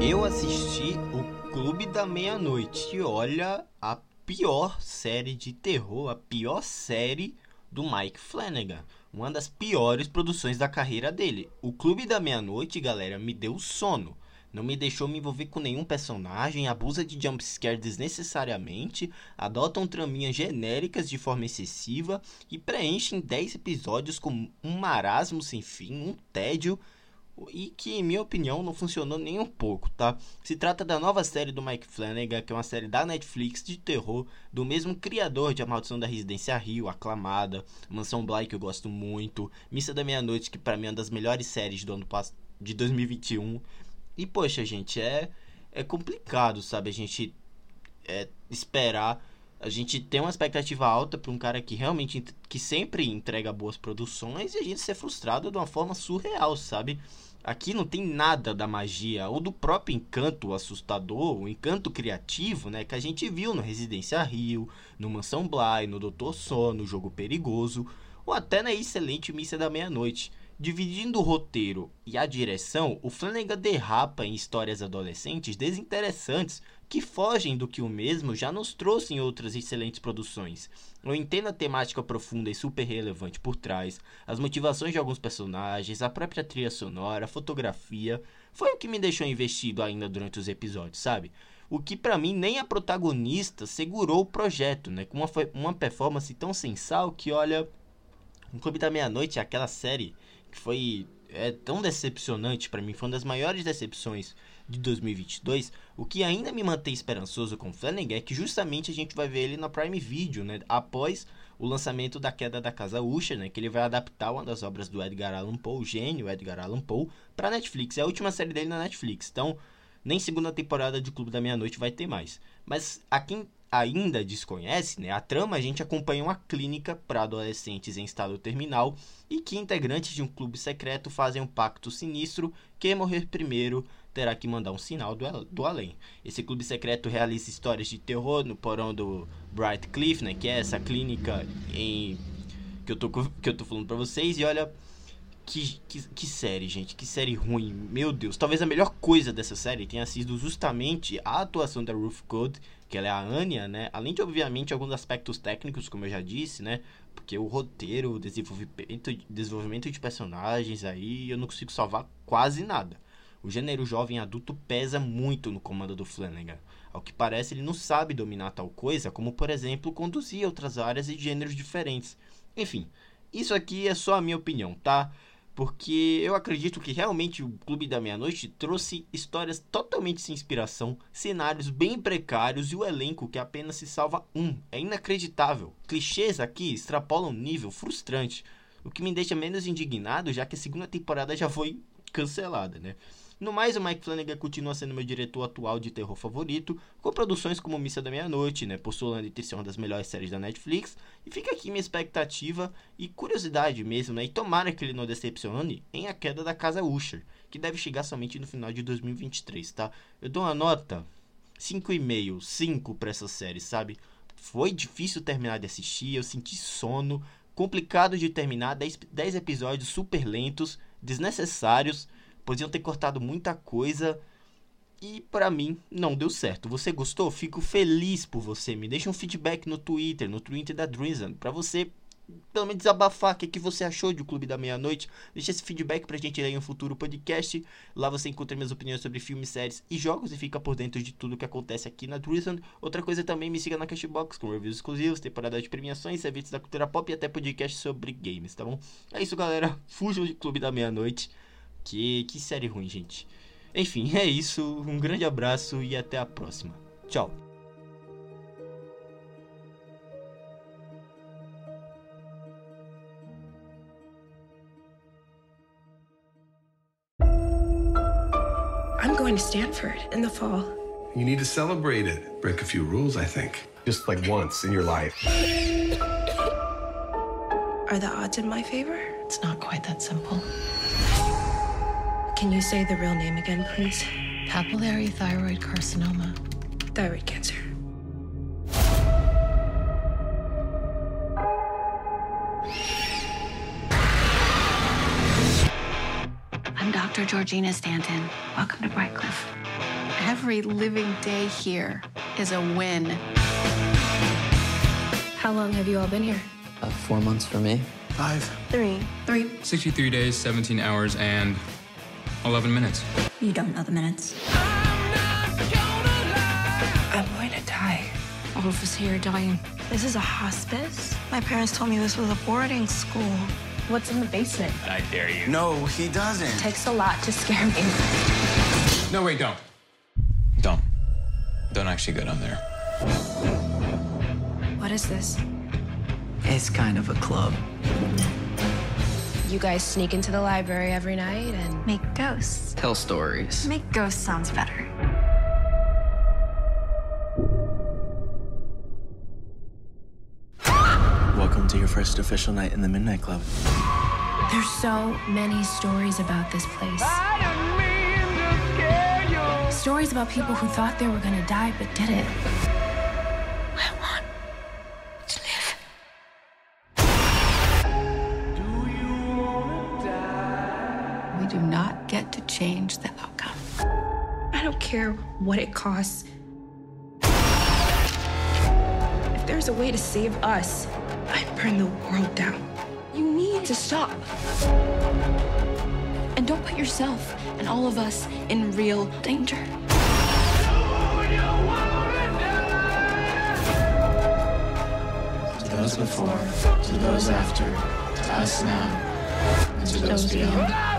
Eu assisti o Clube da Meia-Noite e olha, a pior série de terror, a pior série do Mike Flanagan. Uma das piores produções da carreira dele. O Clube da Meia-Noite, galera, me deu sono. Não me deixou me envolver com nenhum personagem, abusa de jumpscare desnecessariamente, adotam traminhas genéricas de forma excessiva e preenchem 10 episódios com um marasmo sem fim, um tédio, e que, em minha opinião, não funcionou nem um pouco, tá? Se trata da nova série do Mike Flanagan, que é uma série da Netflix de terror, do mesmo criador de A Maldição da Residência Hill, aclamada, Mansão Bly, que eu gosto muito, Missa da Meia-Noite, que pra mim é uma das melhores séries do ano de 2021. E, poxa, gente, é complicado, sabe? A gente esperar. A gente tem uma expectativa alta para um cara que realmente que sempre entrega boas produções e a gente ser frustrado de uma forma surreal, sabe? Aqui não tem nada da magia ou do próprio encanto assustador, o encanto criativo, né, que a gente viu no Residência Hill, no Mansão Bly, no Doutor Sono, no Jogo Perigoso, ou até na excelente Missa da Meia-Noite. Dividindo o roteiro e a direção, o Flanagan derrapa em histórias adolescentes desinteressantes que fogem do que o mesmo já nos trouxe em outras excelentes produções. Eu entendo a temática profunda e super relevante por trás, as motivações de alguns personagens, a própria trilha sonora, a fotografia, foi o que me deixou investido ainda durante os episódios, sabe? O que pra mim nem a protagonista segurou o projeto, né? Com uma performance tão sensal que, olha, O Clube da Meia-Noite é aquela série que foi tão decepcionante pra mim, foi uma das maiores decepções de 2022, o que ainda me mantém esperançoso com o Flanagan é que justamente a gente vai ver ele na Prime Video, né, após o lançamento da Queda da Casa Usher, né, que ele vai adaptar uma das obras do Edgar Allan Poe, o gênio Edgar Allan Poe, pra Netflix. É a última série dele na Netflix, então nem segunda temporada de Clube da Meia-Noite vai ter mais. Mas a quem ainda desconhece, né, a trama, a gente acompanha uma clínica para adolescentes em estado terminal e que integrantes de um clube secreto fazem um pacto sinistro. Quem morrer primeiro terá que mandar um sinal do além. Esse clube secreto realiza histórias de terror no porão do Bright Cliff, né, que é essa clínica que eu tô falando para vocês. E olha, que série, gente, que série ruim, meu Deus. Talvez a melhor coisa dessa série tenha sido justamente a atuação da Ruth Gold, que ela é a Anya, né, além de, obviamente, alguns aspectos técnicos, como eu já disse, né, porque o roteiro, o desenvolvimento de personagens aí, eu não consigo salvar quase nada. O gênero jovem adulto pesa muito no comando do Flanagan. Ao que parece, ele não sabe dominar tal coisa, como, por exemplo, conduzir outras áreas e gêneros diferentes. Enfim, isso aqui é só a minha opinião, tá? Porque eu acredito que realmente o Clube da Meia-Noite trouxe histórias totalmente sem inspiração, cenários bem precários e o elenco que apenas se salva um. É inacreditável. Clichês aqui extrapolam um nível frustrante, o que me deixa menos indignado, já que a segunda temporada já foi cancelada, né? No mais, o Mike Flanagan continua sendo meu diretor atual de terror favorito, com produções como Missa da Meia-Noite, né, postulando entre ser uma das melhores séries da Netflix, e fica aqui minha expectativa e curiosidade mesmo, né, e tomara que ele não decepcione em A Queda da Casa Usher, que deve chegar somente no final de 2023, tá? Eu dou uma nota 5,5, 5 pra essa série, sabe? Foi difícil terminar de assistir, eu senti sono, complicado de terminar, 10 episódios super lentos, desnecessários, podiam ter cortado muita coisa e pra mim não deu certo. Você gostou? Fico feliz por você. Me deixa um feedback no Twitter da Drizzle, pra você pelo menos desabafar o que você achou de O Clube da Meia-Noite. Deixa esse feedback pra gente ler em um futuro podcast. Lá você encontra minhas opiniões sobre filmes, séries e jogos e fica por dentro de tudo que acontece aqui na Drizzle. Outra coisa também, me siga na Cashbox com reviews exclusivos, temporada de premiações, eventos da cultura pop e até podcast sobre games, tá bom? É isso, galera. Fujam de Clube da Meia-Noite. Que série ruim, gente. Enfim, é isso. Um grande abraço e até a próxima. Tchau. I'm going to Stanford in the fall. You need to celebrate it. Break a few rules, I think. Just like once in your life. Are the odds in my favor? It's not quite that simple. Can you say the real name again, please? Papillary thyroid carcinoma. Thyroid cancer. I'm Dr. Georgina Stanton. Welcome to Brightcliff. Every living day here is a win. How long have you all been here? 4 months for me. 5. 3. 63 days, 17 hours, and 11 minutes. You don't know the minutes. I'm going to die. All of us here are dying. This is a hospice? My parents told me this was a boarding school. What's in the basement? I dare you. No, he doesn't. Takes a lot to scare me. No, wait, don't. Don't actually go down there. What is this? It's kind of a club. You guys sneak into the library every night and... Make ghosts. Tell stories. Make ghosts sounds better. Welcome to your first official night in the Midnight Club. There's so many stories about this place. Stories about people who thought they were gonna die but didn't. I want to live. We do not get to change the outcome. I don't care what it costs. If there's a way to save us, I'd burn the world down. You need to stop. And don't put yourself and all of us in real danger. To those before, to those after, to us now, and to those beyond.